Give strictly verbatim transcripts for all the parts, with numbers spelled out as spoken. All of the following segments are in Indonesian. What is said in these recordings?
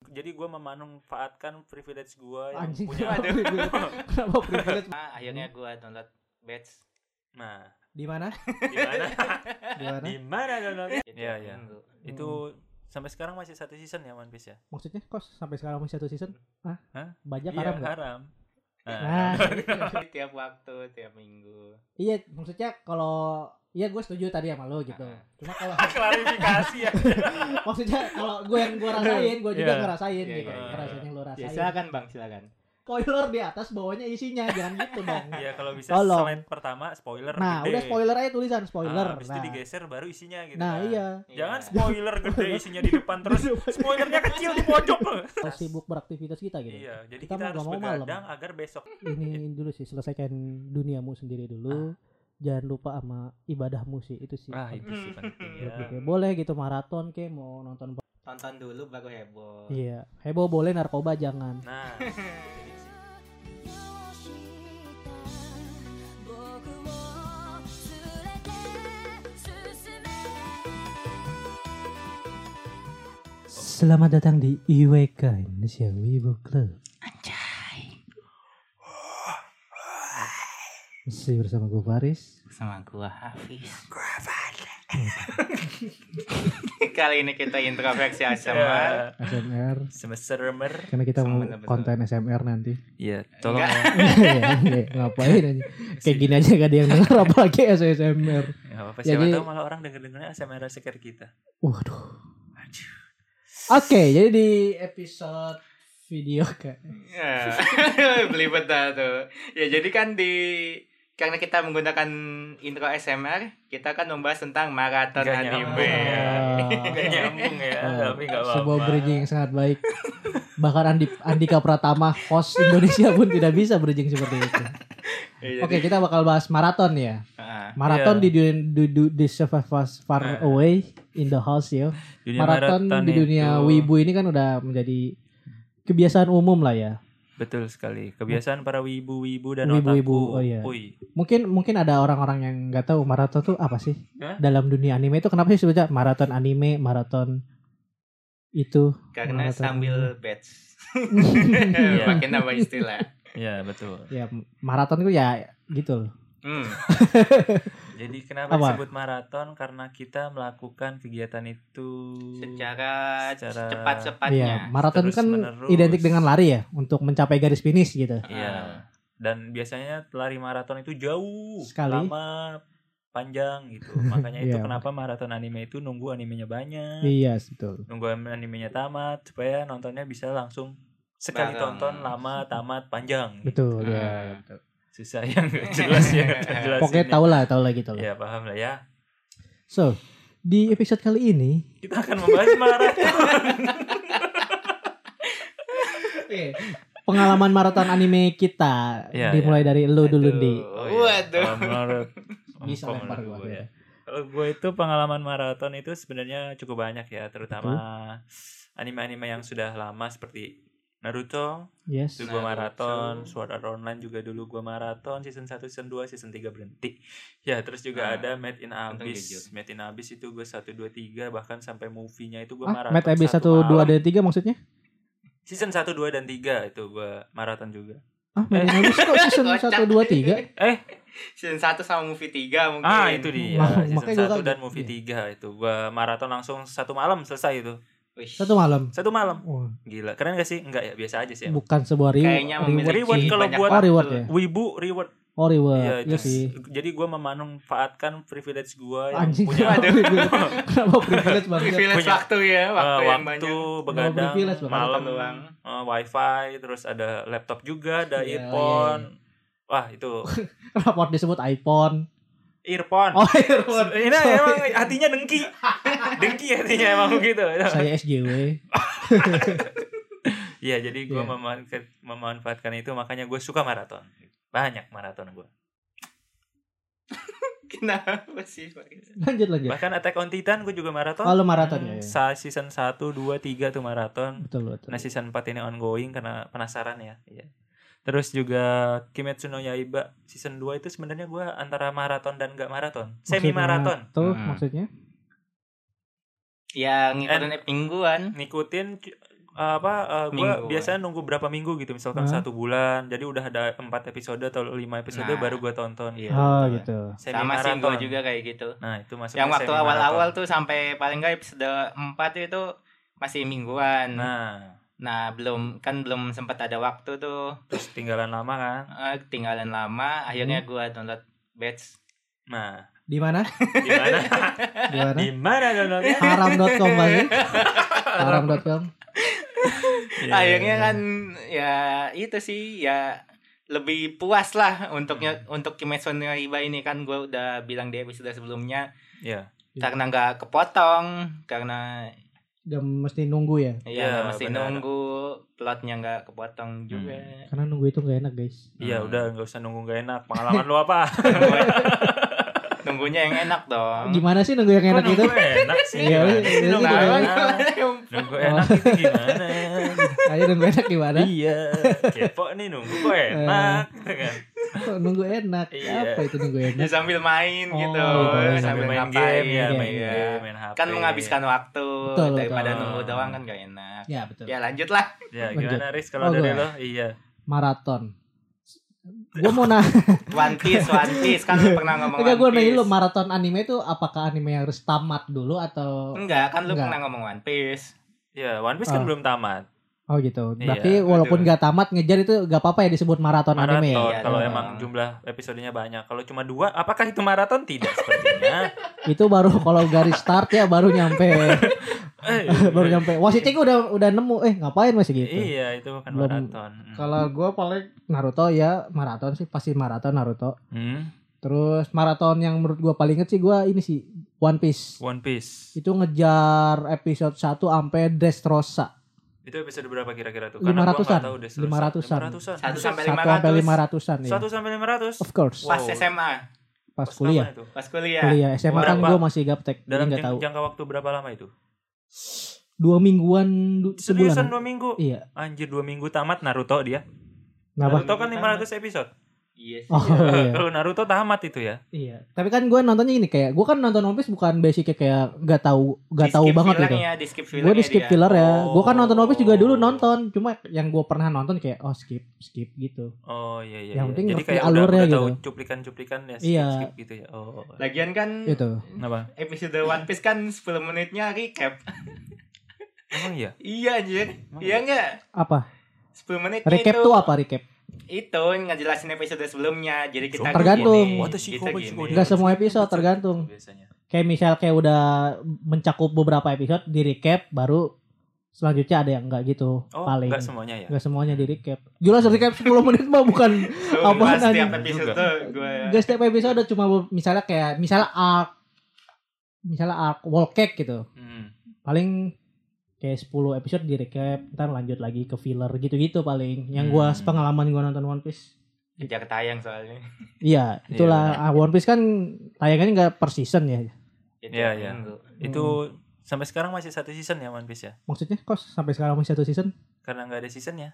jadi gue memanfaatkan privilege gue yang Anjing, punya. kenapa privilege? Nah, akhirnya gue download Batch. Nah, Di mana? di mana? Di mana? Di mana downloadnya? Gitu Iya, ya, iya. minggu. Itu sampai sekarang masih satu season ya One Piece ya? Maksudnya kok sampai sekarang masih satu season? Hah? Hah? Bajak Iya, haram enggak? haram. Nah, Tiap waktu, tiap minggu. iya, maksudnya kalau iya gue setuju tadi sama lo gitu. Ah. Cuma kalau klarifikasi ya. maksudnya kalau gue yang gue rasain, gue juga Iya. ngerasain Iya, gitu. iya, iya. Ngerasain yang lo Ya, rasain. silakan Bang, silakan. Spoiler di atas, bawahnya isinya, jangan gitu dong. Iya, kalau bisa Tolong. slide pertama spoiler Nah, gede. udah spoiler aja tulisan spoiler. Ah, habis itu Nah, digeser baru isinya gitu. nah kan. iya. Jangan Iya. spoiler gede isinya di depan terus spoilernya kecil di pojok. Kalau sibuk beraktivitas kita gitu. Iya, jadi Kita kita, mau harus gak mau malam. begadang agar besok. Ini dulu sih, selesaikan duniamu sendiri dulu. Jangan lupa sama ibadahmu sih, itu sih. Ah, itu sih penting ya. Oke, boleh gitu maraton ke mau nonton. Tonton dulu baru heboh. Iya, heboh boleh, narkoba jangan. Nah, jadi sih. Selamat datang di I W K Indonesia Wibu Club. Anjay. Masih bersama gue Faris. Sama gua Hafiz. Gua Kali ini kita introspeksi A S M R. S M R. Semester mer. Karena kita mau Bener-bener. konten S M R nanti. Iya, tolong Enggak. ya. Iya, iya, ngapain aja. Kayak gini aja gak ada yang denger apalagi S M R. Ya, apa Ya, siapa jadi- tahu malah orang denger-dengernya A S M R sekitar kita. Waduh. Aduh. Oke, jadi di episode video kayak Ya. Belibet dah tuh. Ya jadi kan di karena kita menggunakan intro S M R, kita kan membahas tentang maraton Nggak anime. nyambung ya. Gak nyambung ya, eh, tapi gak apa-apa. sebuah bridging yang sangat baik. Bahkan Andi, Andika Pratama host Indonesia pun tidak bisa bridging seperti itu. Ya, Oke, jadi- kita bakal bahas maraton ya. Ah, Maraton Iya. di dunia di, di, di survive far Nah. away in the house ya. Dunia Maraton di dunia itu- wibu ini kan udah menjadi kebiasaan umum lah ya. Betul sekali. Kebiasaan para wibu-wibu dan Wibu-wibu, otaku. oh iya. Ui. Mungkin mungkin ada orang-orang yang nggak tahu maraton tuh apa sih? Hah? Dalam dunia anime itu kenapa sih sebutnya maraton anime, maraton itu? karena Maraton sambil anime. batch. Iya. Makin nambah istilah. Iya, betul. Ya maraton itu ya gitu loh. Hmm. Jadi kenapa Apa? disebut maraton? Karena kita melakukan kegiatan itu Secara, Secara- cepat-cepatnya. Iya, maraton terus kan menerus. identik dengan lari ya untuk mencapai garis finish gitu. Iya. Dan biasanya lari maraton itu jauh, Sekali. lama, panjang gitu. Makanya itu Iya. kenapa maraton anime itu nunggu animenya banyak, Iya, betul. nunggu animenya tamat supaya nontonnya bisa langsung sekali Bareng. tonton lama, tamat, panjang. Betul Ah. ya. Susah yang nggak jelas ya jelasin. Pokoknya tau lah, tau lah gitu loh. Ya paham lah ya. So, di episode kali ini Kita akan membahas maraton. pengalaman maraton anime kita Iya, dimulai dari lu dulu Aduh. di. Oh, iya. Waduh. Kalau menurut Bisa kalau lempar menurut gua, gua ya. Kalau gue itu pengalaman maraton itu sebenarnya cukup banyak ya, terutama anime-anime yang sudah lama seperti Naruto, Yes. itu gue Naruto. maraton, Sword Art Online juga dulu gue maraton, season satu, season dua, season tiga berhenti. Ya, terus juga Nah, ada Made in untung Abyss. jujur. Made in Abyss itu gue satu, dua, tiga, bahkan sampai movie-nya itu gue Ah, maraton. Mad Abyss satu, dua, dan tiga maksudnya? Season satu, dua, dan tiga itu gue maraton juga. Ah, Mad Abyss kok season Kocak. satu, dua, tiga? Eh, Season satu sama movie tiga mungkin. ah itu dia, Mak- season makanya gua satu kaget. dan movie Iya. tiga itu gue maraton langsung satu malam selesai itu. Wih. Satu malam. Satu malam. Oh, Gila, keren gak sih? Enggak ya, biasa aja sih. emang. bukan sebuah reward. Kayaknya memiliki Reward kalau banyak buat- Oh, waktu. reward ya? Wibu reward. Oh, reward. Iya, Iya itu sih. jadi gue memanfaatkan privilege gue yang Anjing, punya kenapa privilege? Kenapa privilege banget? Privilege Punya- waktu ya, eh, waktu yang waktu banyak. begadang, privilege banget, malam, doang. eh, wifi, terus ada laptop juga, ada Iya, earphone. Wah itu Raport disebut iPhone. earphone. Oh, earphone. Ini emang hatinya dengki, dengki hatinya emang begitu. Saya S J W. Iya, jadi gue Iya. memanfaatkan, memanfaatkan itu, makanya gue suka maraton. Banyak maraton gue. Kenapa sih? Lanjut lanjut. Bahkan Attack on Titan gue juga maraton. Oh, lu maraton ya, ya. Sa season satu, dua, tiga tuh maraton. Betul betul. Nah season empat ini ongoing karena penasaran ya. Iya. Terus juga Kimetsu no Yaiba season dua itu sebenarnya gue antara maraton dan gak maraton. Semi maraton. Tuh Hmm. maksudnya? Ya ngikutin mingguan. Ngikutin uh, apa uh, gue Minggu. biasanya nunggu berapa minggu gitu, misalkan Hah? satu bulan, jadi udah ada empat episode atau lima episode Nah. baru gue tonton. Iya. Oh Betul. gitu. Semi Sama sih maraton. gue juga kayak gitu. Nah itu masuk Yang waktu awal-awal tuh sampai paling nggak episode empat itu masih mingguan. Nah, Nah belum kan belum sempat ada waktu tuh. terus tinggalan lama kan. Eh, ketinggalan lama, akhirnya gue download Batch. Nah Di mana? di mana? Di mana? Di mana downloadnya? haram dot com pasti. haram dot com. Iya. Akhirnya kan ya itu sih ya lebih puas lah untuknya untuk Kimetsu no Yaiba ini kan gue udah bilang di episode sebelumnya Iya. karena nggak kepotong karena Gak mesti nunggu ya. ya Iya, nggak mesti benar. nunggu plotnya nggak kepotong juga. Karena nunggu itu gak enak guys. Iya Hmm. udah nggak usah nunggu gak enak. Pengalaman lu apa? Nunggunya yang enak dong. Gimana sih nunggu yang enak Kok itu? nunggu enak sih. Iya, Gimana iya, sih iya, nunggu iya. enak? Nunggu enak itu gimana? Ayo nunggu enak gimana? Iya, kepo nih nunggu kok enak, gitu kan? Kok nunggu enak? Iya. Apa itu nunggu Ya enak? sambil main Oh, gitu, iya, sambil, Sambil main ngapain, game ya, main iya. game, main H P. Kan menghabiskan waktu Betul, daripada betul. nunggu doang kan gak enak. Ya betul. Ya lanjut lah. Ya Lanjut. gimana Riz kalau Oh, dari gua. lo? Iya. Maraton. Gue mau nanya, One Piece, One Piece kan lu pernah ngomong enggak One gue Piece. nanya lu maraton anime itu apakah anime yang harus tamat dulu atau? Enggak, kan lu Enggak. pernah ngomong One Piece. Ya, One Piece kan Oh. belum tamat. Oh gitu. Iya, Berarti walaupun betul. gak tamat ngejar itu gak apa-apa ya disebut maraton, Maraton anime ya? Iya kalau dong. emang jumlah episodenya banyak. Kalau cuma dua, apakah itu maraton? Tidak sepertinya. Itu baru kalau garis start ya baru nyampe Eh, baru nyampe. Wasitnya udah udah nemu eh ngapain masih gitu. Iya, itu bukan Belum. maraton. Hmm. Kalau gue paling Naruto ya maraton sih pasti maraton Naruto. Hmm, Terus maraton yang menurut gue paling inget sih gue ini sih One Piece. One Piece. Itu ngejar episode satu sampai Dressrosa. Itu episode berapa kira-kira tuh? lima Karena gua ratusan. nggak tahu deh selesai. lima ratusan. lima ratusan. Satu sampai Satu lima sampai ratus. lima ratusan ya. Satu sampai lima ratus. Of course. Wow. Pas S M A, Pas Pas kuliah. kapan itu? pas kuliah. Kuliah S M A kan Berapa? gue masih gaptek. Jadi Dalam nggak jang- tahu. jangka waktu berapa lama itu? Dua mingguan du- Seriusan sebulan. dua minggu? Iya. Anjir dua minggu tamat Naruto dia. Kenapa? Naruto kan lima ratus episode. Iya sih. Oh iya. Kalau Naruto tamat itu ya. Iya. Tapi kan gue nontonnya ini kayak gue kan nonton One Piece bukan basicnya kayak gak tahu gak tahu banget gitu. Ya, di skip Gue di skip dia. filler ya. Gue kan Oh. nonton One Piece juga dulu nonton. Cuma yang gue pernah nonton kayak oh skip skip gitu. Oh iya iya. Yang iya. penting Jadi ngerti kayak udah, alurnya udah tahu gitu. cuplikan-cuplikan ya Iya. skip gitu ya. Oh. Lagian kan Gitu. Kenapa? episode One Piece kan sepuluh menitnya recap. Emang iya? Iya anjir. Emang Iya enggak? Apa? sepuluh menit Recap itu, tuh apa recap? Itu ngejelasin episode sebelumnya. Jadi kita Tergantung. gini, Watashi kita kobashi gini. kobashi. Enggak semua episode, tergantung. Biasanya. Kayak misal kayak udah mencakup beberapa episode di recap baru selanjutnya ada yang enggak gitu Oh, paling. enggak semuanya ya. Enggak semuanya di recap. Jelas recap sepuluh menit mah bukan Tuh, Apaan pas setiap anjing? episode Juga. tuh gue enggak setiap episode cuma misalnya kayak misalnya arc misalnya arc wall cake gitu. Hmm. Paling kayak sepuluh episode di recap, ntar lanjut lagi ke filler gitu-gitu paling. Yang gua Hmm. pengalaman gua nonton One Piece. sejak tayang soalnya. Iya, itulah ah, One Piece kan tayangannya enggak per season ya. Itu Iya, iya. minggu. Itu sampai sekarang masih satu season ya One Piece ya? Maksudnya kok sampai sekarang masih satu season? Karena nggak ada seasonnya.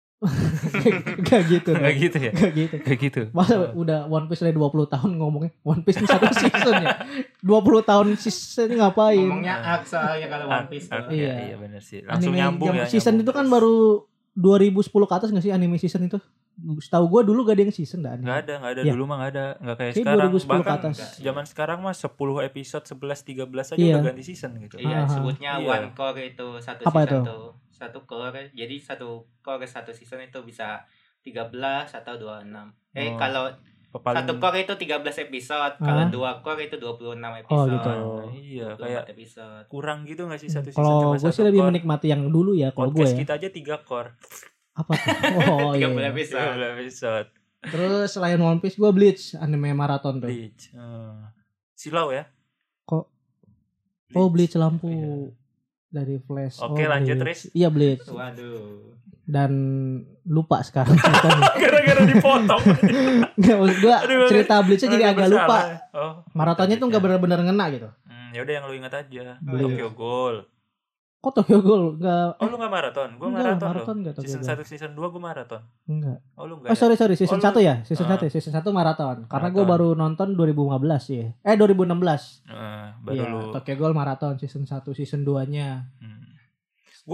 Enggak gitu. Nggak gitu ya? Enggak gitu. Kayak gitu. Masa udah One Piece udah dua puluh tahun ngomongnya One Piece ini satu season ya. dua puluh tahun season ini ngapain? Ngomongnya arc soalnya kalau One Piece tuh. Ah, ah, iya, Iya. iya benar sih. Langsung Anime nyambung jam- ya. Season nyambung itu kan terus. baru dua ribu sepuluh ke atas nggak sih anime season itu? Setahu gue dulu gak ada yang season dah. Nggak ada, nggak ada Iya. dulu mah nggak ada, nggak kayak Kayak sekarang. dua ribu sepuluh ke Bahkan atas. zaman sekarang mah sepuluh episode, sebelas, tiga belas aja Iya. udah ganti season gitu. Iya, Aha. sebutnya Iya. one core itu satu Apa season itu? tuh. Satu core. Jadi satu core satu season itu bisa tiga belas atau dua puluh enam. Eh Oh. kalau Paling satu core itu tiga belas episode, Ah. kalau dua core itu dua puluh enam Oh, episode. gitu. Ah, iya, dua puluh empat kayak episode. kurang gitu nggak sih satu season Kalau cuma gue satu sih lebih core. menikmati yang dulu ya kalau gue Podcast ya. kita aja tiga core. Apa tuh? Oh iya. tiga puluh iya. episode. tiga belas episode. Terus selain One Piece gue Bleach anime maraton tuh. Bleach. Hmm. Silau ya? Kok? Oh Bleach Iya. lampu dari Flash. Oke, Oh, lanjut, Bleach. Riz. Iya Bleach. Waduh. Dan lupa sekarang ceritanya. Gara-gara dipotong. Nggak, maksud gue Aduh, cerita Bleachnya jadi Aduh, agak bersalah. lupa. Oh. Maratonnya tuh nggak benar-benar ngena gitu. Hmm, ya udah yang lu ingat aja. Bleach. Tokyo Ghoul. Kok Tokyo Ghoul nggak? Oh lu gak maraton? Gue Enggak, maraton, maraton loh. nggak Tokyo Season Ghoul. satu, season dua gue maraton. Enggak. Oh lu enggak Oh ya? sorry sorry season Oh, lu- satu ya season Ah. satu season satu maraton karena gue Maraton. baru nonton dua ribu lima belas ya eh dua ribu enam belas Eh, baru Iya, lu. Tokyo Ghoul maraton season satu season dua nya Hmm. Gue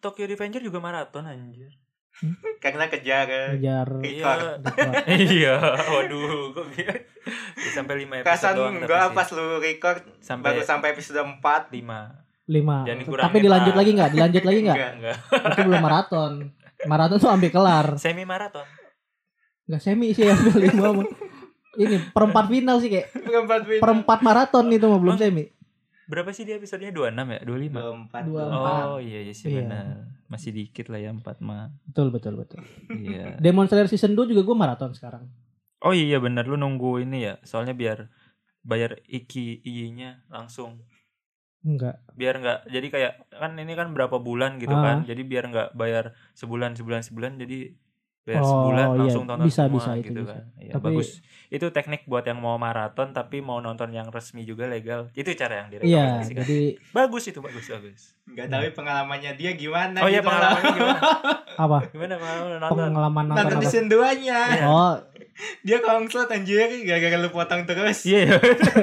Tokyo Revenger juga maraton anjir. Karena kejar eh, Ngejar Iya. record. Iya, waduh, kok gitu. Ya, sampai lima episode Kasan doang enggak tapi pas sih. lu record Sampai baru sampai episode empat. lima. lima. Jangan Tapi dikurangin dilanjut lah. lagi nggak? Dilanjut lagi nggak? Enggak. Enggak. Itu belum maraton. Maraton tuh sampai kelar. Semi maraton. Nggak semi sih yang lima mah. Ini perempat final sih kayak Perempat final. perempat maraton itu mah belum semi. Berapa sih dia episodenya? dua puluh enam ya? dua puluh lima. Empat. Dua. Oh, iya iya sih Iya. benar. Masih dikit lah ya empat mah. Betul betul betul. Iya. Demon Slayer season dua juga gue maraton sekarang. Oh iya benar, lu nunggu ini ya. Soalnya biar bayar iki iyinya langsung. Enggak. Biar nggak jadi kayak kan ini kan berapa bulan gitu Ah. kan. Jadi biar nggak bayar sebulan sebulan sebulan jadi bayar Oh, sebulan iya. langsung tonton Bisa, semua bisa, itu gitu bisa. kan. Iya, Tapi- bagus. Itu teknik buat yang mau maraton tapi mau nonton yang resmi juga legal. Itu cara yang Iya, direkomendasikan. jadi Bagus itu, bagus bagus. Enggak tahu pengalamannya dia gimana Oh iya gitu. pengalamannya gimana? apa? Gimana pengalaman nonton? Pengalaman nonton Nonton apa? season dua-nya. Oh, Dia kongslot anjir gara-gara lu potong terus. Iya.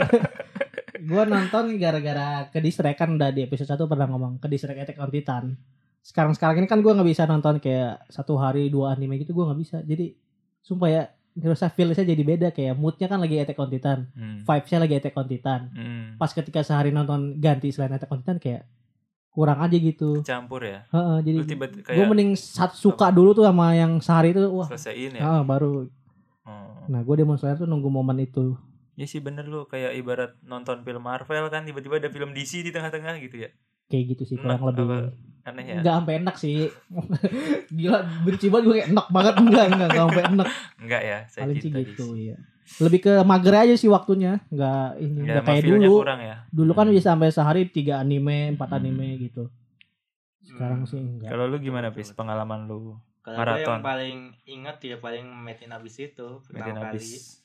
gue nonton gara-gara ke distract kan udah di episode satu pernah ngomong ke distract Attack on Titan. Sekarang-sekarang ini kan gue nggak bisa nonton kayak satu hari dua anime gitu, gue nggak bisa. Jadi sumpah ya, ngerasa feel-nya jadi beda, kayak moodnya kan lagi Attack on Titan, Hmm. vibes-nya lagi Attack on Titan. Hmm. Pas ketika sehari nonton ganti selain Attack on Titan kayak kurang aja gitu. Campur ya. Heeh, jadi Lu tiba gue kayak mending sat suka dulu tuh sama yang sehari itu, wah. selesaiin ya. Ah, baru. Oh. Nah, gue Demon Slayer tuh nunggu momen itu. Ya sih bener lu kayak ibarat nonton film Marvel kan tiba-tiba ada film D C di tengah-tengah gitu ya. Kayak gitu sih kurang Enak lebih. apa? Aneh ya. Enggak sampai enak sih. Gila, benci banget gue kayak enak banget, enggak enggak enggak sampai enak. Enggak ya, saya Paling sih cinta gitu D C. ya. Lebih ke mager aja sih waktunya, enggak ini Ya, enggak kayak feel-nya dulu. kurang ya. Dulu kan Hmm. bisa sampai sehari tiga anime, empat Hmm. anime gitu. Sekarang Hmm. sih enggak. Kalau lu gimana, Betul, Pis? betul. Pengalaman lu Kalau gue Maraton. yang paling ingat ya paling metin abis itu meeting pertama kali habis.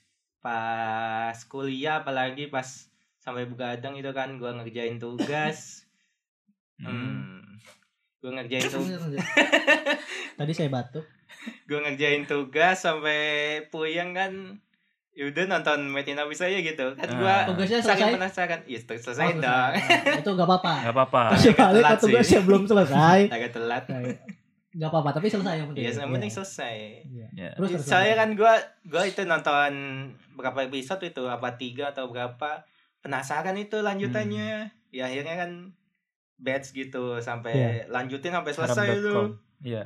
pas kuliah, apalagi pas sampai begadang itu kan gue ngerjain tugas. Hmm. hmm. Gue ngerjain tugas, Tadi saya batuk. gue ngerjain tugas sampai puyeng kan. Yaudah nonton metin abis aja gitu kan, gue Ah. Tugasnya saking selesai? penasaran. Iya Oh, selesai dong. Nah, itu enggak apa-apa. Enggak apa-apa. Kecuali Telat kalau sih. tugasnya belum selesai. Agak telat. Enggak apa-apa, tapi selesai yang penting. Iya, yang penting Iya. selesai. Iya. Ya. Terus terus. Saya kan gue gue itu nonton berapa episode itu, apa tiga atau berapa, penasaran itu lanjutannya. Ya akhirnya kan batch gitu sampai Iya. lanjutin sampai selesai haram dot com. itu. Iya,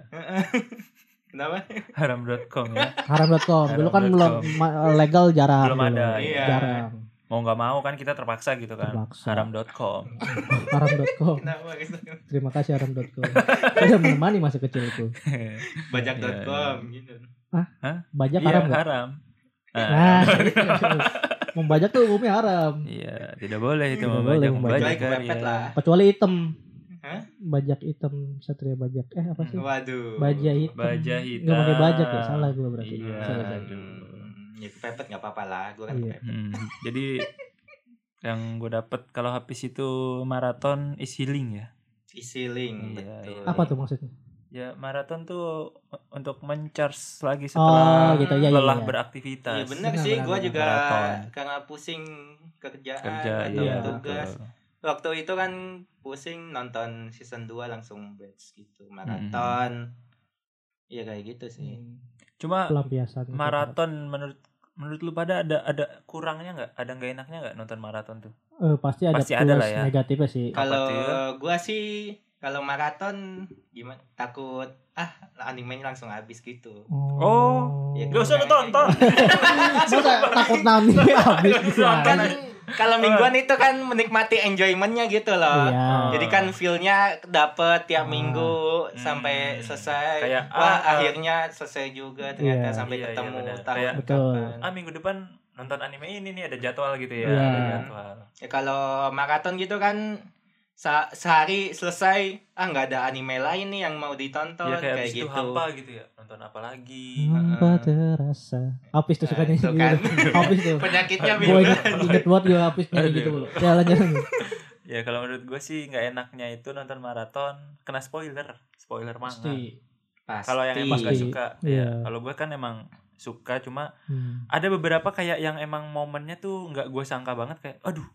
Kenapa? haram dot com ya. haram dot com. Dulu kan haram belum dot com. ma- legal jarang. Belum dulu. ada, iya. Jarang. Mau nggak mau kan kita terpaksa gitu kan. Terpaksa. haram dot com. haram dot com. Kenapa? Terima kasih haram dot com. Sudah menemani masa kecilku. Bajak dot com Iya, gitu. Bajak Iya, haram nggak? haram. Nah, itu. Membajak tuh hukumnya haram. Iya, tidak boleh itu Tidak membajak boleh membajak. Kecuali kan, kepepet ya. lah. Kecuali hitam. Hah? Bajak hitam, satria bajak. Eh apa sih? Waduh. Baja hitam. Baja hitam. Nggak pakai bajak ya? Salah gue berarti. Iya. Salah, salah. Hmm, ya kepepet nggak apa-apa lah, gue kan Iya. kepepet. Hmm, jadi yang gue dapet kalau habis itu maraton is healing ya. Isi link, Iya, betul. iya. Apa tuh maksudnya? Ya maraton tuh untuk mencharge lagi Oh, setelah gitu. Ya, ya, lelah ya. beraktivitas. Iya benar Benar, sih, benar, gue benar. juga Maraton. karena pusing kerjaan Kerja atau iya. tugas. betul. Waktu itu kan pusing nonton season dua langsung batch gitu, maraton. Iya kayak gitu sih. Hmm, Cuma Pelampiasan. maraton menurut menurut lu pada ada ada kurangnya nggak? Ada nggak enaknya nggak nonton maraton tuh? Eh, pasti ada Pasti plus ada lah ya. negatifnya sih. Apa Kalau tuh ya? gua sih kalau maraton gimana? Takut ah animenya langsung habis gitu. Oh, Ya, Gak usah lu tonton. Masa takut nanti habis gitu Kan aja. kalau mingguan itu kan menikmati enjoymentnya gitu loh. Iya. Jadi kan feel-nya dapet tiap Ah. minggu Hmm. sampai selesai. Kayak, Wah, ah, akhirnya selesai juga ternyata Iya. sampai Iya, iya, ketemu benar. tahun Kayak- Betul. kapan. Ah minggu depan nonton anime ini nih ada jadwal gitu ya. Iya. Ada jadwal. Ya kalau maraton gitu kan se- sehari selesai, ah nggak ada anime lain nih yang mau ditonton Ya kayak kayak abis itu gitu. hampa gitu ya. Nonton apa lagi? Hampa terasa. Habis tuh suka Nah, nyanyi itu gitu. kan. Habis tuh. Penyakitnya Gue mingguan. inget, inget banget gue habis nyanyi gitu mulu. Jalan-jalan. Ya kalau menurut gue sih nggak enaknya itu nonton maraton kena spoiler, spoiler manga. Pasti. Pasti. Kalau yang emang gak Pasti. suka, Iya. ya. Kalau gue kan emang suka, cuma Hmm. ada beberapa kayak yang emang momennya tuh nggak gue sangka banget kayak, aduh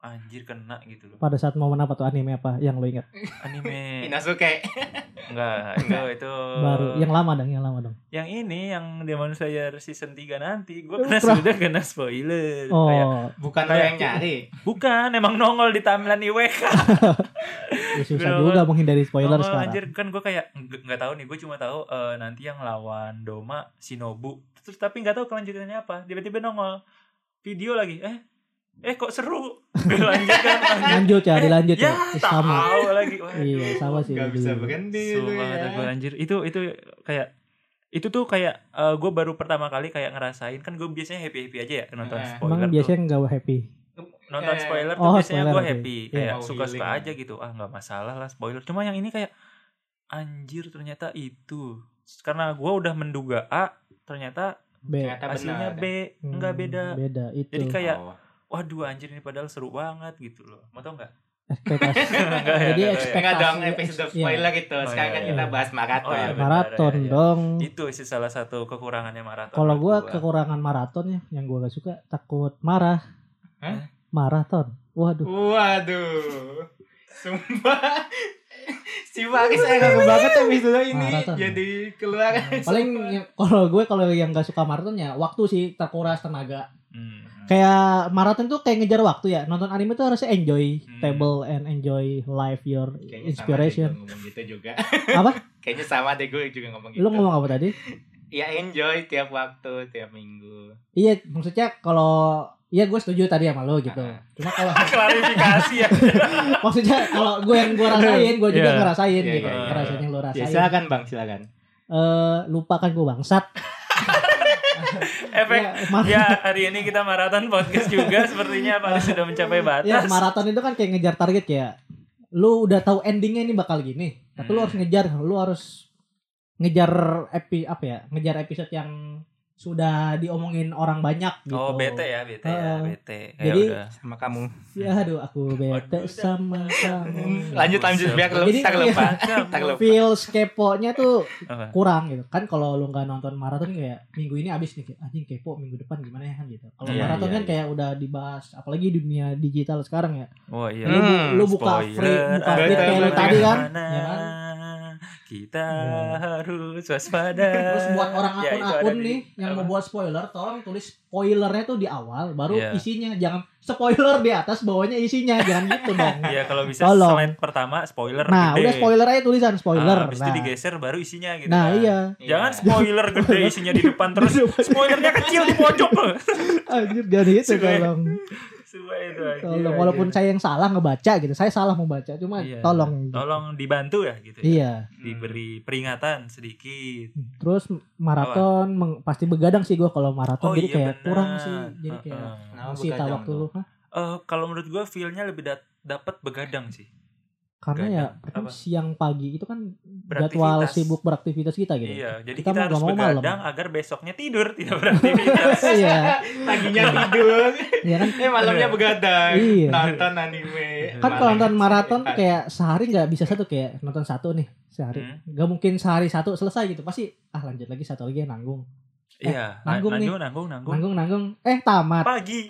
anjir kena gitu loh. Pada saat momen apa tuh, anime apa yang lo ingat? Anime Inosuke. enggak, itu itu Baru yang lama dong, yang lama dong. yang ini yang Demon Slayer season tiga nanti gue kena sudah kena spoiler. Oh, Kayak, Bukan lo Kayak- yang nyari. bukan emang nongol di timeline I W K. ya susah Nongol- juga menghindari spoiler nongol, sekarang. anjir kan gue kayak nggak nggak tahu nih, gue cuma tahu eh, nanti yang lawan Doma Shinobu, terus tapi nggak tahu kelanjutannya apa, tiba-tiba nongol video lagi, eh eh kok seru. Gue lanjut kan lanjut. Lanjut ya, dilanjut ya. Ya, Eh, tak sama. tahu lagi. Waduh. Iya, sama sih. Gak bisa dulu. berhenti lu Sumpah ya. kata gue anjir. Itu itu kayak itu tuh kayak gue baru pertama kali kayak ngerasain, kan gue biasanya happy happy aja ya nonton Eh, spoiler. Emang tuh. biasanya nggak happy. Nonton Eh, spoiler tuh oh, biasanya spoiler, gue oke. happy, Iya. kayak Mau suka suka healing. aja gitu. Ah nggak masalah lah spoiler. Cuma yang ini kayak anjir ternyata itu, karena gue udah menduga A, ternyata B. Ternyata hasilnya benar. B. Hmm, Enggak beda. Beda itu. Jadi kayak Oh. waduh anjir ini padahal seru banget gitu loh. Mau tau nggak? ekspektasi. Enggak ya, Jadi enggak ya. ekspektasi. Enggak dong episode Iya. spoiler gitu. Oh, Sekarang iya, kan iya. kita bahas maraton. Oh, iya, benar. Maraton ya, ya. dong. Itu sih salah satu kekurangannya maraton. Kalau gue menurut gua. kekurangan maraton ya, yang gue gak suka takut marah. Hah? Maraton. Waduh. Waduh. Sumpah. Si Faris enak banget episode ini Maraton. jadi keluar. Paling yang- kalau gue kalau yang gak suka maraton ya waktu sih, terkuras tenaga. Hmm. Kayak maraton tuh kayak ngejar waktu ya. Nonton anime tuh harusnya enjoy Hmm. table and enjoy life your Kayaknya sama deh gua inspiration. ngomong gitu juga. Apa? Kayaknya sama deh gue juga ngomong gitu. Lu ngomong apa tadi? Ya enjoy tiap waktu, tiap minggu. Iya, maksudnya kalau iya gue setuju tadi sama lo gitu. Ah. Cuma kalau Klarifikasi ya. maksudnya kalau gue yang gue rasain, gue juga Iya. ngerasain Iya, gitu. iya, iya. Ngerasain yang lo Ya rasain. silakan Bang, silakan. Eh, lupa kan gue bangsat. Efek Ya, mar- ya hari ini kita maraton podcast juga sepertinya Pak sudah mencapai batas. ya, maraton itu kan kayak ngejar target, kayak lu udah tahu endingnya ini bakal gini, tapi lu Hmm. harus ngejar, lu harus ngejar epi apa ya, ngejar episode yang sudah diomongin orang banyak gitu. Oh, bete ya, bete ya, Heeh. bete. Kayak Jadi- udah. Sama kamu. Ya aduh, aku bete Waduh, sama kamu. Lanjut lanjut biar lu Jadi, tak lupa. iya. Tak lupa. Feels kepo-nya tuh Apa? kurang gitu kan. Kalau lu nggak nonton maraton kayak minggu ini abis nih, kayak anjing kepo minggu depan gimana ya kan gitu. Kalau Iya, maraton iya, kan iya. kayak udah dibahas, apalagi dunia digital sekarang ya. Oh iya. Lu, bu- Hmm, lu buka Spoiler, free, buka ada feed kayak lu bagaimana? tadi kan, ya kan. Kita Iya. harus waspada. Terus buat orang Ya, itu akun-akun ada di- nih yang apa? mau buat spoiler, tolong tulis spoilernya tuh di awal, baru Iya. isinya. Jangan spoiler di atas, bawahnya isinya, jangan gitu dong. Iya, kalau bisa Tolong. slide pertama spoiler Nah, gede. udah spoiler aja tulisan spoiler. Ah, habis itu Nah, digeser baru isinya gitu. nah kan. iya. Jangan Iya. spoiler gede isinya di depan terus spoilernya kecil di pojok loh. Anjir, jadi itu Suka ya. tolong. Sumpah itu anjir, Tolong, anjir. walaupun saya yang salah ngebaca gitu, saya salah membaca, cuma Iya. tolong. Tolong dibantu ya gitu. ya. Iya. Diberi peringatan sedikit. Terus maraton meng- pasti begadang sih gue kalau maraton, Oh jadi iya kayak benar. kurang sih, jadi kayak Heeh. Kenapa sita begadang waktu tuh? lu. Hah? Eh, kalau menurut gua feel-nya lebih dat- dapat begadang sih. Karena ya Begadang. pertama Apa? siang pagi itu kan Beraktivitas. jadwal sibuk beraktivitas kita gitu. Iya, jadi Kita kita, mau harus nggak mau begadang agar besoknya tidur tidak beraktivitas. Iya, Paginya tidur. iya kan. Eh malamnya begadang. Iya. Nonton anime. Kan kalau nonton maraton tuh sehat. kayak sehari nggak bisa satu, kayak nonton satu nih sehari, Hmm. nggak mungkin sehari satu selesai gitu, pasti ah lanjut lagi satu lagi yang nanggung, Iya, nanggung nih. nanggung, nanggung, nanggung. nanggung nanggung, eh tamat, Pagi.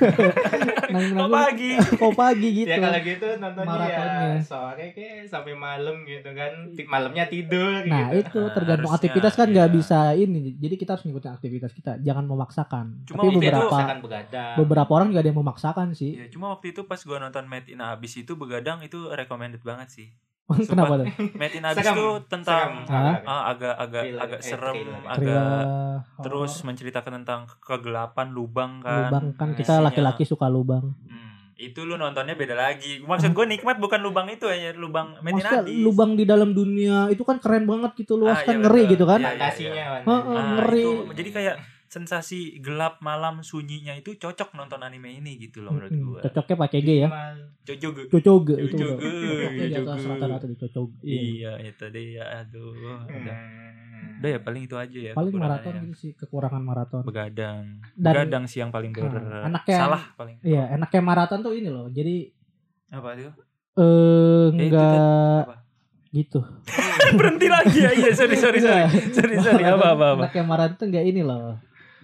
nanggung Kok nanggung, pagi? kok pagi gitu. Ya kalau gitu nontonnya Maratonnya. ya sore kayak sampai malam gitu kan. Ti- Malamnya tidur Nah gitu. itu Nah, tergantung harusnya, aktivitas kan nggak iya. bisa ini, jadi kita harus ngikutin aktivitas kita, jangan memaksakan. Cuma Tapi waktu itu beberapa Misalkan begadang. beberapa orang juga ada yang memaksakan sih. Iya, cuma waktu itu pas gua nonton Made in Abyss itu begadang itu recommended banget sih. Kenapa tuh? Made in Abyss Serem, tuh tentang serem. Hah? ah, agak agak Thriller, agak eh, serem, thriller. agak Thriller, terus horor, menceritakan tentang kegelapan lubang kan. lubang kan kita Isinya- laki-laki suka lubang. Hmm, itu lu nontonnya beda lagi. Maksud gue nikmat bukan lubang itu ya, lubang Made in Maksudnya Abyss. lubang di dalam dunia itu kan keren banget gitu, luas Ah, kan, iya, ngeri betul. gitu kan. Iya, iya. Fantasinya kan. Heeh. Ah, ngeri. itu, jadi kayak sensasi gelap malam sunyinya itu cocok nonton anime ini gitu loh menurut Hmm, gua. cocoknya pakai G ya. Cocok. Cocok itu Cocok. udah. Cocoknya di atas Cocok. rata-rata di cocok. Iya. Iya, itu dia. Aduh. Udah. Hmm. Udah ya paling itu aja ya. Paling kekurangannya. maraton gitu sih, kekurangan maraton. Begadang. Dan- Begadang sih yang paling ber Nah, anaknya- salah paling. Iya, enaknya maraton tuh ini loh. Jadi Apa itu? eh Eh, itu enggak Apa? gitu. Berhenti lagi ya. Iya, sorry sorry sorry. Sorry sorry apa apa apa. Enaknya maraton tuh enggak ini loh.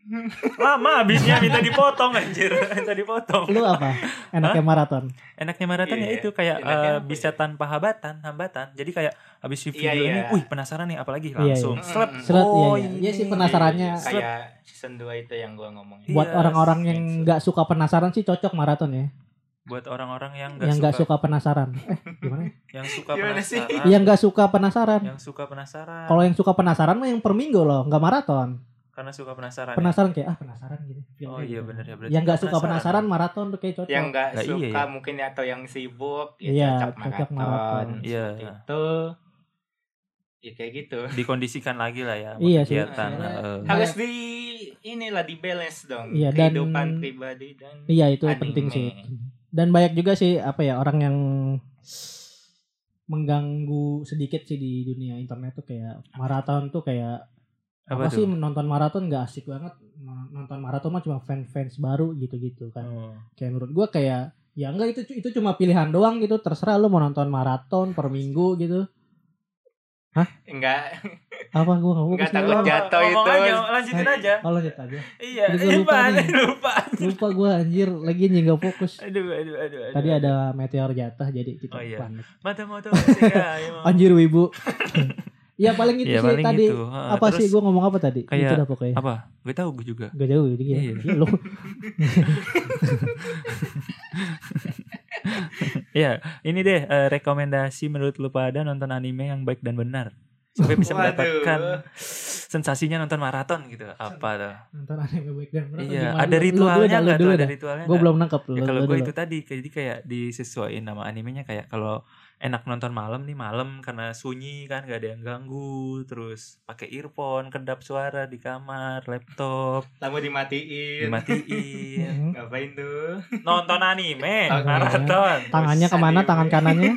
Lama habisnya minta dipotong anjir. Minta dipotong. Lu apa? Enaknya maraton. Enaknya maraton ya Iya, itu kayak enaknya eh, apa bisa ya? tanpa hambatan, hambatan. Jadi kayak habis Iya, video ini, iya. wih penasaran nih apalagi Iya, langsung. iya. Slep. Slep, iya, Oh, iya. Iya sih, ini. penasarannya. Kayak season dua itu yang gua ngomongin. Buat Iya, orang-orang yang Slep. nggak suka penasaran sih cocok maraton ya. Buat orang-orang yang Yang nggak nggak suka, suka penasaran. Eh, gimana? yang suka Gimana sih? penasaran. Yang nggak suka penasaran. Yang suka penasaran. Kalau yang suka penasaran mah yang per minggu loh, nggak maraton. Karena suka penasaran. ya? Penasaran kayak ah penasaran gitu. Feel Oh kayak iya gitu. benar ya berarti. Yang nggak suka penasaran maraton tuh kayak cocok. Yang nggak Lah, iya, suka iya. mungkin atau yang sibuk ya Iya, cocok cocok maraton. maraton. Iya. Seperti itu. Ya kayak gitu. Dikondisikan lagi lah ya. sama Iya sih. kegiatan. Iya. Heeh. Harus di inilah di balance dong. Iya, dan- Kehidupan pribadi dan Iya itu anime. penting sih. Dan banyak juga sih apa ya orang yang mengganggu sedikit sih di dunia internet tuh kayak maraton tuh kayak apa, Apa sih tuh? nonton maraton nggak asik banget. Nonton maraton mah cuma fans-fans baru gitu-gitu kan. Oh. Kayak menurut gua kayak ya enggak itu itu cuma pilihan doang gitu, terserah lu mau nonton maraton per minggu gitu. enggak Apa gua enggak Enggak fokus nih, takut gua. jatuh Ngomong itu. aja, lanjutin aja. Oh lanjut aja. Iya, Jadi gua lupa lupa, nih. lupa. Lupa gua anjir lagi nih enggak fokus. Aduh, aduh, aduh, aduh. Tadi ada meteor jatuh jadi kita Oh, iya. panik. mata motor sih ya, emang. Anjir wibu. Ya paling itu Iya, sih paling tadi. gitu. Heeh, Apa terus sih gua ngomong apa tadi? kayak Itu dah pokoknya. apa? Gue tahu gue juga. Gak jauh jadi ya. Iya. Iya, lu. Iya, ini deh eh, rekomendasi menurut lu pada nonton anime yang baik dan benar. Supaya bisa Waduh. mendapatkan sensasinya nonton maraton gitu. Apa tuh? Nonton anime baik dan benar. Iya, Gimana? ada Lu- lu ritualnya dulu dah, lu enggak tuh? dulu Ada dah. ritualnya Gue nggak? belum nangkep lu. Ya, kalau lu gue dulu. itu tadi kayak jadi kayak disesuaiin nama animenya kayak kalau enak nonton malam nih malam karena sunyi kan gak ada yang ganggu, terus pakai earphone kedap suara di kamar, laptop Lamu dimatiin. dimatiin, Hmm. Ngapain tuh? nonton anime Oh, maraton, Tangannya kemana? Tangan kanannya?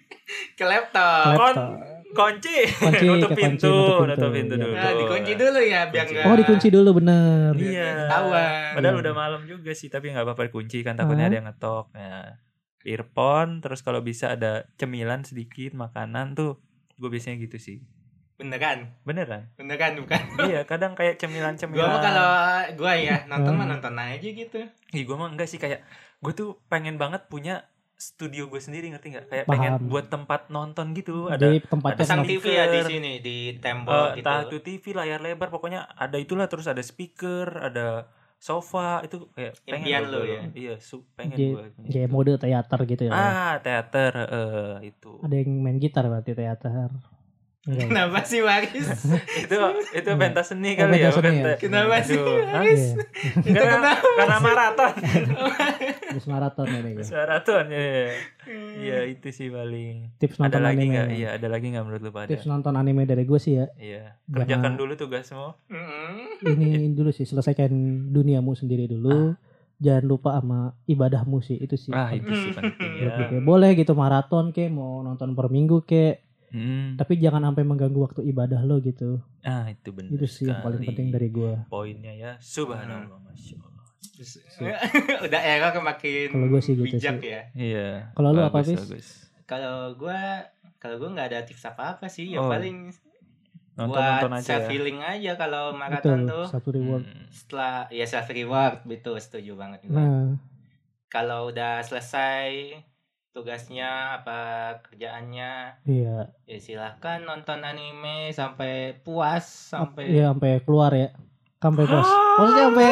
Ke laptop. Kon Laptop. kunci, Kunci, nutup ke kunci, pintu, nutup pintu. nutup pintu Iya, dulu. Nah, dikunci dulu ya biar Kunci. enggak. Oh dikunci dulu bener. Iya. Ketahuan. Padahal Iya. udah malam juga sih, tapi nggak apa-apa dikunci kan takutnya Hah? ada yang ngetok. Ya. Earphone, terus kalau bisa ada cemilan sedikit, makanan tuh, gue biasanya gitu sih. Beneran? Beneran? Beneran bukan? Iya, kadang kayak cemilan-cemilan. Gua mah kalau gua ya nonton mah Hmm. nonton aja gitu. Ih, gue mah enggak sih, kayak gue tuh pengen banget punya studio gue sendiri, ngerti nggak? Kayak Paham. pengen buat tempat nonton gitu. Ada Di tempatnya ada Pasang speaker. T V ya di sini di tembok eh, gitu. entah itu T V, layar lebar, pokoknya ada itulah, terus ada speaker, ada sofa, itu kayak pengen Impian gua lu dulu. ya? Iya, su pengen J- gue punya kayak itu. mode teater gitu ya. Ah, teater eh itu. Ada yang main gitar berarti teater. Enggak ya? Kenapa sih Maris? itu itu Iya. pentas seni Oh, kali ya, pentas seni bukan ya? te- Kenapa sih Aduh, hah? Maris? Iya. Itu karena, kenapa? karena maraton. Terus maraton ya nih. Maraton ya. Iya, itu sih paling. Tips Ada nonton lagi anime. nggak? Iya, ada lagi nggak menurut lu pada? Tips nonton anime dari gue sih ya. Iya. Jangan- Kerjakan dulu tugasmu. Mm-mm. Ini dulu sih selesaikan duniamu sendiri dulu. Jangan lupa sama ibadahmu sih itu sih. Ah, itu sih penting ya. Lebih kayak boleh gitu maraton kek mau nonton per minggu kek, Hmm. tapi jangan sampai mengganggu waktu ibadah lo gitu. Ah, itu benar. Itu sih yang paling penting dari gua. poinnya ya. Subhanallah, masya Allah. Terus, udah era makin Kalau gua sih gitu bijak sih. ya. Iya. Kalau lu apa, bagus, Fis? bagus. Kalau gua kalau gua nggak ada tips apa-apa sih, ya Oh, paling Nonton-nonton buat aja self ya. healing aja kalau maraton Betul, tuh. satu reward. Hmm. Setelah ya self reward, betul, setuju banget gua. Nah, Kalau udah selesai tugasnya apa kerjaannya, iya. ya silahkan nonton anime sampai puas, sampai Iya sampai keluar ya. Sampai puas. Maksudnya sampai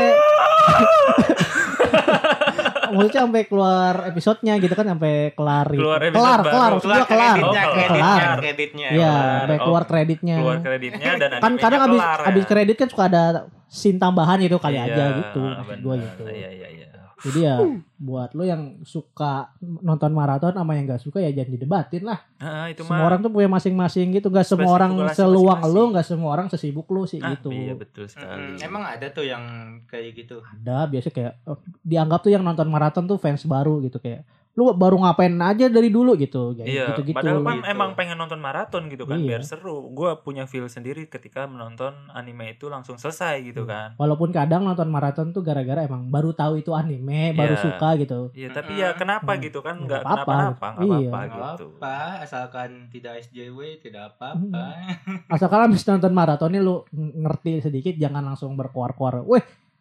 Maksudnya sampai keluar episodenya gitu kan sampai kelar gitu. Keluar episode kelar, baru. kelar, maksud keluar gua kelar. kreditnya, Oh, kreditnya, kelar. kreditnya. Iya, kelar. sampai Oh, keluar kreditnya. Keluar kreditnya dan Kan animenya kadang abis kelar, abis ya. kredit kan suka ada scene tambahan gitu kali Iya, aja gitu. Maksud benar. gua gitu. Iya, iya, iya. Jadi ya buat lo yang suka nonton maraton sama yang gak suka ya jangan didebatin lah. Ah, itu Semua mah. orang tuh punya masing-masing gitu. Gak semua orang Spesifikasi seluang masing-masing. lo, gak semua orang sesibuk lo sih Ah, gitu. iya betul Mm-mm. sekali. Emang ada tuh yang kayak gitu. Ada biasa kayak eh, dianggap tuh yang nonton maraton tuh fans baru gitu kayak lu baru ngapain aja dari dulu gitu. Kayak Iya, gitu-gitu. padahal kan Gitu. emang pengen nonton maraton gitu kan, Iya. biar seru. Gue punya feel sendiri ketika menonton anime itu langsung selesai gitu Iya. kan. Walaupun kadang nonton maraton tuh gara-gara emang baru tahu itu anime, baru Iya. suka gitu. Iya, tapi Mm-mm. ya kenapa Hmm. gitu kan? Nggak Nggak apa-apa. kenapa-napa, nggak Iya. apa-apa Nggak gitu. apa, asalkan tidak S J W tidak apa-apa. Asalkan habis nonton maratonnya lu ng- ngerti sedikit jangan langsung berkuar-kuar. Weh,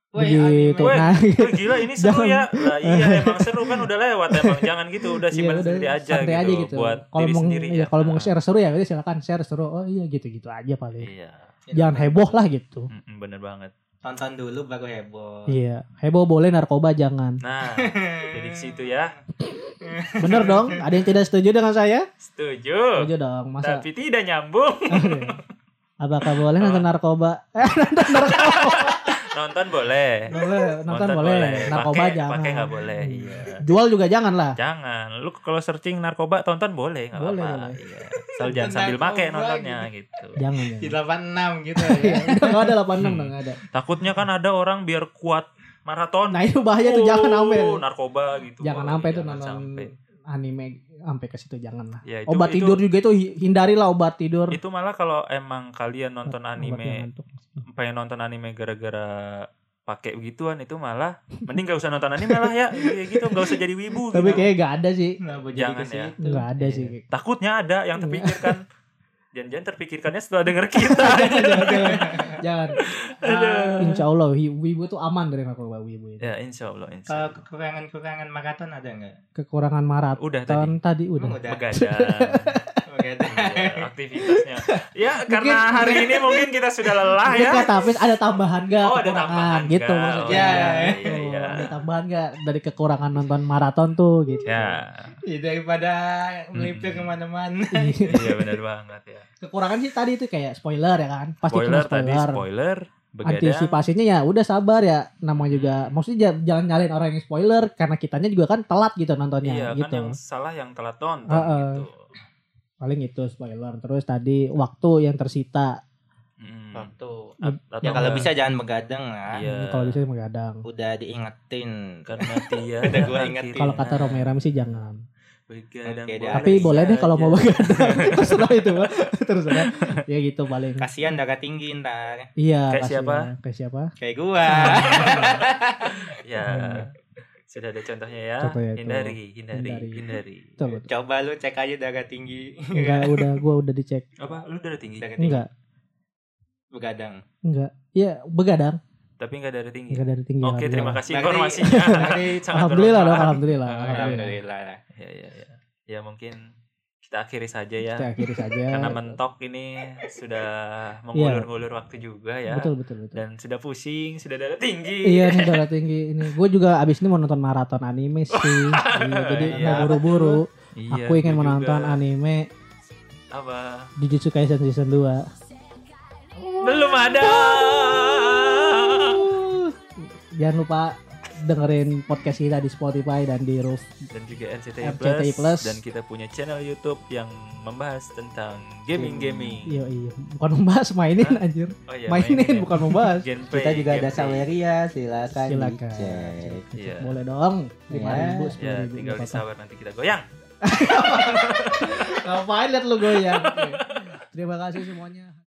begitu. Weh, Nah, weh, gila ini seru Jangan. ya. Nah, iya emang seru kan udah lewat emang. Jangan gitu, udah iya, simpan udah, sendiri aja santai gitu, aja gitu. buat Kalau diri mau sendiri. iya, ya. kalau mau Nah, share seru ya, berarti silakan share seru. Oh iya gitu-gitu aja paling. Iya. Jangan heboh lah gitu. Mm-mm, bener banget. Tonton dulu baru heboh. Iya, heboh boleh, narkoba jangan. Nah, jadi ke situ ya. Bener dong? Ada yang tidak setuju dengan saya? Setuju. Setuju dong. Masa Tapi tidak nyambung. apakah boleh nonton narkoba? Eh, nonton narkoba. Nonton boleh. Boleh, nonton boleh. Narkoba Pakai- jangan. Pakai nggak boleh. Iya. Jual juga jangan lah. Jangan. Lu kalau searching narkoba tonton boleh nggak Boleh, apa-apa. boleh. Iya. Asal jangan Nonton sambil narkoba make nontonnya gitu. Jangan, Di jangan. delapan puluh enam gitu Iya, ya. udah nggak ada delapan puluh enam, Hmm. udah nggak ada. Takutnya kan ada orang biar kuat maraton. Nah itu bahaya tuh, jangan sampai. Oh, narkoba gitu. Jangan Oh, sampai tuh jangan nonton sampai. anime sampai ke situ, jangan lah. Ya, itu- Obat itu- tidur juga itu hi- hindarilah obat tidur. Itu malah kalau emang kalian nonton Obat anime, ngantuk. pengen nonton anime gara-gara pakai begituan, itu malah mending gak usah nonton anime lah ya. Kayak gitu, gak usah jadi wibu Tapi gitu. kayak gak ada sih. Kenapa jadi Jangan ke ya. situ? Nggak ada Iya. sih. Takutnya ada yang terpikirkan. Jangan-jangan terpikirkannya setelah denger kita. jangan, jangan, jangan. Aduh. Ah, insya Allah wi- wibu tuh aman dari narkoba wibu itu. Ya insya Allah, insya Kalau Allah. kekurangan-kekurangan maraton ada nggak? Kekurangan maraton Udah tadi. tadi udah. Emang udah. Begadang. Begadang. Iya, aktivitasnya. Ya karena hari ini mungkin kita sudah lelah ya. Enggak, tapi ada tambahan gak Oh, ada kekurangan tambahan gitu nggak? maksudnya. Oh, iya, iya, Tuh, iya. Ada tambahan gak dari kekurangan nonton maraton tuh gitu. Ya, Ya, daripada melipir kemana-mana. iya benar banget ya. Kekurangan sih tadi itu kayak spoiler ya kan. Pasti Spoiler kena tadi spoiler. spoiler. Begadang. Antisipasinya ya udah sabar ya, namanya juga maksudnya j- jangan nyalain orang yang spoiler karena kitanya juga kan telat gitu nontonnya Iya gitu. kan yang salah yang telat nonton Heeh. gitu. Paling itu spoiler. Terus tadi waktu yang tersita. Mm. Waktu. A- atau Ya kalau enggak, bisa jangan begadang lah. Iya. Hmm, kalau bisa mengadang. Udah diingetin. karena dia Udah gua ingetin. Kalau kata Romeram sih jangan. begadang Oke, boleh Tapi boleh deh kalau mau saja. begadang. Terserah itu mah. Terserah. Ya gitu paling. Kasihan darah tinggi ntar. Iya. Kayak kasihan. siapa? Kayak siapa? Kayak gua. Ya sudah ada contohnya ya. Contohnya itu. hindari, hindari, Hindari. hindari. Betul, betul. Coba lu cek aja darah tinggi. Enggak, udah gua udah dicek. Apa? Lu darah tinggi? Darah tinggi. Enggak. Begadang. Enggak. Iya, begadang. Tapi enggak darah tinggi. Enggak dari tinggi. Oke, terima alhamdulillah. kasih Berarti- informasinya. berarti Sangat Alhamdulillah dong, bermanfaat. alhamdulillah. Alhamdulillah. Alhamdulillah. Ya, ya, ya. Ya mungkin kita akhiri saja ya. Kita akhiri saja. Karena mentok ini sudah mengulur-ngulur waktu juga ya. Betul, betul, betul. Dan sudah pusing, sudah darah tinggi. Iya nih darah tinggi ini. Gue juga abis ini mau nonton maraton anime sih. Iya, jadi Iya. mau buru-buru. Iya, Aku ingin gua menonton juga. anime Apa? Jujutsu Kaisen season dua. Belum ada. Jangan lupa dengerin podcast kita di Spotify dan di Roof. Dan juga N C T I N C T I Plus. Plus. Dan kita punya channel YouTube yang membahas tentang gaming-gaming. Iya iya, bukan membahas mainin Hah? anjir. Oh iya, Mainin ya. bukan membahas. Gameplay, Kita juga ada gameplay. Saweria, silakan, Silakan. dicek. Iya. Boleh dong. lima ribu, Ya, sepuluh Ya, ribu. tinggal nggak apa-apa. disabar nanti kita goyang. Ngapain liat lu goyang? Oke. Terima kasih semuanya.